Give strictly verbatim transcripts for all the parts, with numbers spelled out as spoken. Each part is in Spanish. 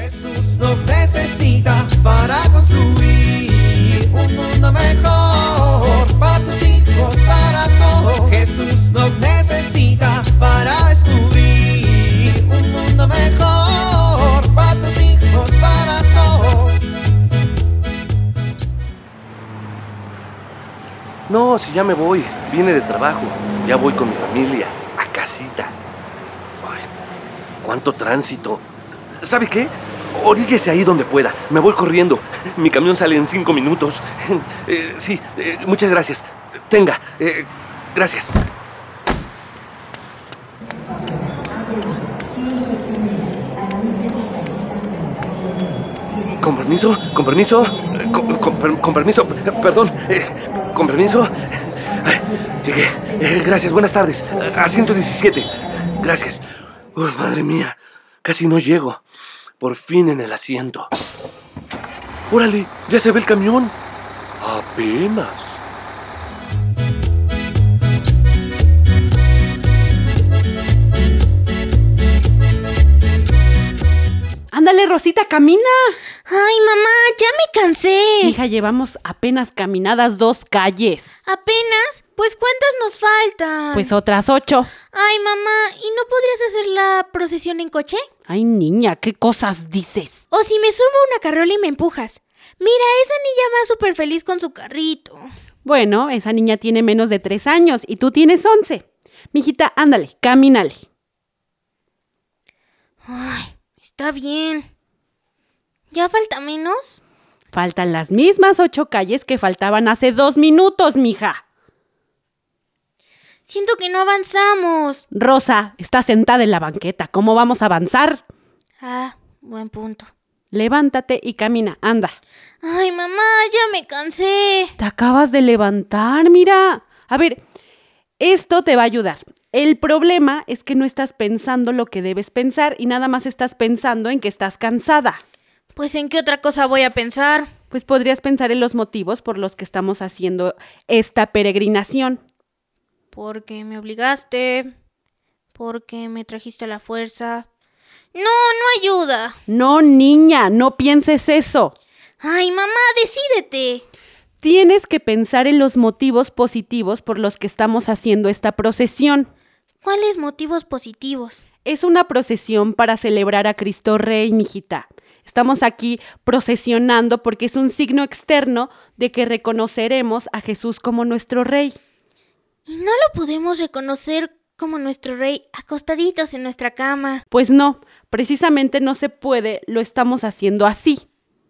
Jesús nos necesita para construir un mundo mejor, para tus hijos, para todos. Jesús nos necesita para descubrir un mundo mejor, para tus hijos, para todos. No, si ya me voy, vine de trabajo, ya voy con mi familia, a casita. Ay, cuánto tránsito. ¿Sabe qué? Oríguese ahí donde pueda, me voy corriendo. Mi camión sale en cinco minutos. Eh, sí, eh, muchas gracias. Tenga, eh, gracias. ¿Con permiso? ¿Con permiso? Con, con, con permiso, perdón. Eh, ¿Con permiso? Ay, llegué. Eh, gracias, buenas tardes. A ciento diecisiete. Gracias. Oh, madre mía, casi no llego. Por fin en el asiento. ¡Órale! ¡Ya se ve el camión! Apenas. ¡Ándale, Rosita, camina! ¡Ay, mamá, ya me cansé! Hija, llevamos apenas caminadas dos calles. ¿Apenas? Pues ¿cuántas nos faltan? Pues otras ocho. Ay, mamá, ¿y no podrías hacer la procesión en coche? Ay, niña, ¿qué cosas dices? O si me subo a una carriola y me empujas. Mira, esa niña va súper feliz con su carrito. Bueno, esa niña tiene menos de tres años y tú tienes once. Mijita, ándale, camínale. Ay, está bien. ¿Ya falta menos? Faltan las mismas ocho calles que faltaban hace dos minutos, mija. Siento que no avanzamos. Rosa, está sentada en la banqueta. ¿Cómo vamos a avanzar? Ah, buen punto. Levántate y camina, anda. Ay, mamá, ya me cansé. Te acabas de levantar, mira. A ver, esto te va a ayudar. El problema es que no estás pensando lo que debes pensar y nada más estás pensando en que estás cansada. Pues ¿en qué otra cosa voy a pensar? Pues podrías pensar en los motivos por los que estamos haciendo esta peregrinación. Porque me obligaste, porque me trajiste a la fuerza. No, no ayuda. No, niña, no pienses eso. Ay, mamá, decídete. Tienes que pensar en los motivos positivos por los que estamos haciendo esta procesión. ¿Cuáles motivos positivos? Es una procesión para celebrar a Cristo Rey, mijita. Estamos aquí procesionando porque es un signo externo de que reconoceremos a Jesús como nuestro Rey. ¿Y no lo podemos reconocer como nuestro Rey acostaditos en nuestra cama? Pues no, precisamente no se puede, lo estamos haciendo así.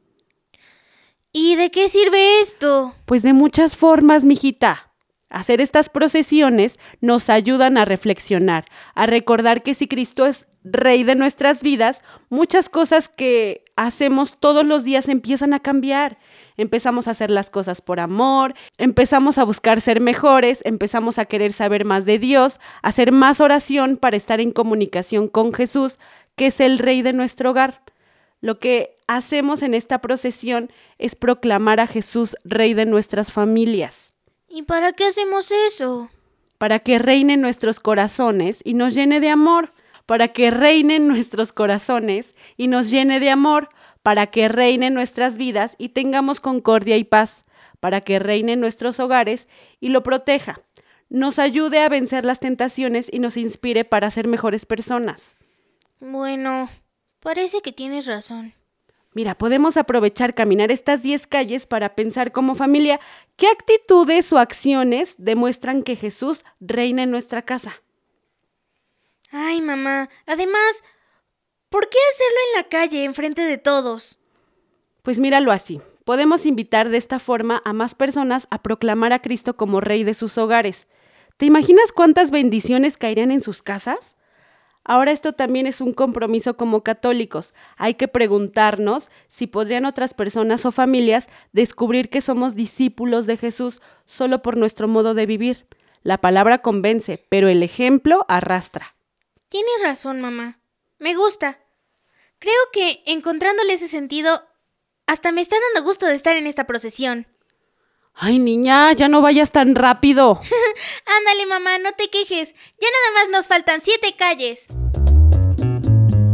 ¿Y de qué sirve esto? Pues de muchas formas, mijita. Hacer estas procesiones nos ayudan a reflexionar, a recordar que si Cristo es Rey de nuestras vidas, muchas cosas que hacemos todos los días empiezan a cambiar. Empezamos a hacer las cosas por amor, empezamos a buscar ser mejores, empezamos a querer saber más de Dios, a hacer más oración para estar en comunicación con Jesús, que es el Rey de nuestro hogar. Lo que hacemos en esta procesión es proclamar a Jesús Rey de nuestras familias. ¿Y para qué hacemos eso? Para que reine en nuestros corazones y nos llene de amor. Para que reine en nuestros corazones y nos llene de amor. Para que reine en nuestras vidas y tengamos concordia y paz. Para que reine en nuestros hogares y lo proteja. Nos ayude a vencer las tentaciones y nos inspire para ser mejores personas. Bueno, parece que tienes razón. Mira, podemos aprovechar caminar estas diez calles para pensar como familia qué actitudes o acciones demuestran que Jesús reina en nuestra casa. Ay, mamá, además, ¿por qué hacerlo en la calle, enfrente de todos? Pues míralo así. Podemos invitar de esta forma a más personas a proclamar a Cristo como Rey de sus hogares. ¿Te imaginas cuántas bendiciones caerían en sus casas? Ahora esto también es un compromiso como católicos. Hay que preguntarnos si podrían otras personas o familias descubrir que somos discípulos de Jesús solo por nuestro modo de vivir. La palabra convence, pero el ejemplo arrastra. Tienes razón, mamá. Me gusta. Creo que encontrándole ese sentido, hasta me está dando gusto de estar en esta procesión. Ay, niña, ya no vayas tan rápido. Ándale, mamá, no te quejes. Ya nada más nos faltan siete calles.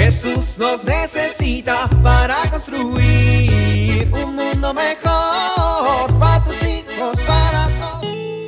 Jesús nos necesita para construir un mundo mejor para tus hijos, para todos.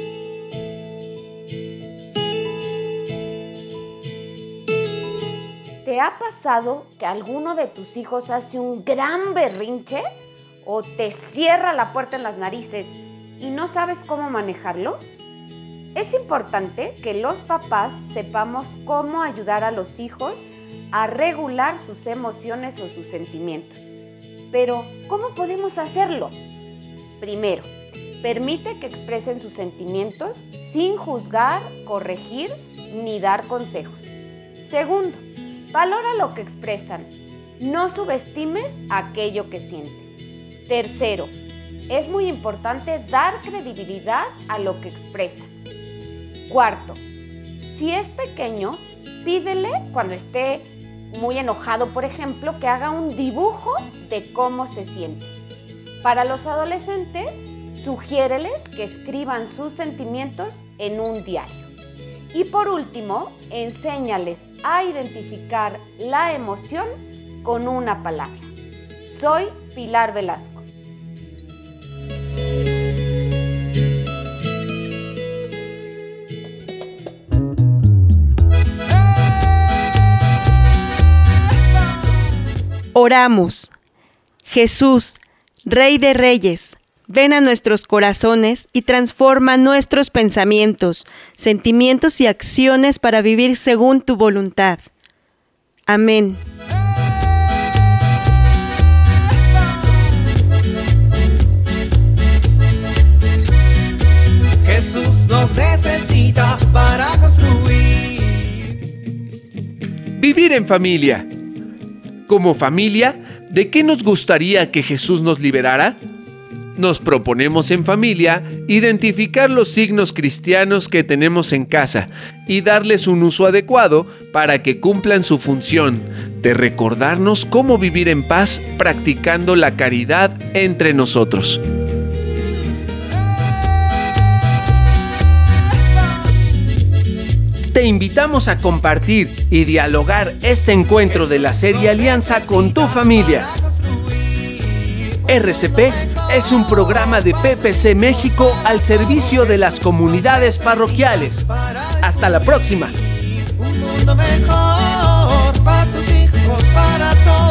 ¿Te ha pasado que alguno de tus hijos hace un gran berrinche o te cierra la puerta en las narices y no sabes cómo manejarlo? Es importante que los papás sepamos cómo ayudar a los hijos a regular sus emociones o sus sentimientos. Pero, ¿cómo podemos hacerlo? Primero, permite que expresen sus sentimientos sin juzgar, corregir ni dar consejos. Segundo, valora lo que expresan. No subestimes aquello que sienten. Tercero, es muy importante dar credibilidad a lo que expresan. Cuarto, si es pequeño, pídele cuando esté muy enojado, por ejemplo, que haga un dibujo de cómo se siente. Para los adolescentes, sugiéreles que escriban sus sentimientos en un diario. Y por último, enséñales a identificar la emoción con una palabra. Soy Pilar Velasco. Oramos. Jesús, Rey de Reyes, ven a nuestros corazones y transforma nuestros pensamientos, sentimientos y acciones para vivir según tu voluntad. Amén. Jesús nos necesita para construir. Vivir en familia. Como familia, ¿de qué nos gustaría que Jesús nos liberara? Nos proponemos en familia identificar los signos cristianos que tenemos en casa y darles un uso adecuado para que cumplan su función de recordarnos cómo vivir en paz practicando la caridad entre nosotros. Te invitamos a compartir y dialogar este encuentro de la serie Alianza con tu familia. R C P es un programa de P P C México al servicio de las comunidades parroquiales. Hasta la próxima. Un mundo mejor para tus hijos, para todos.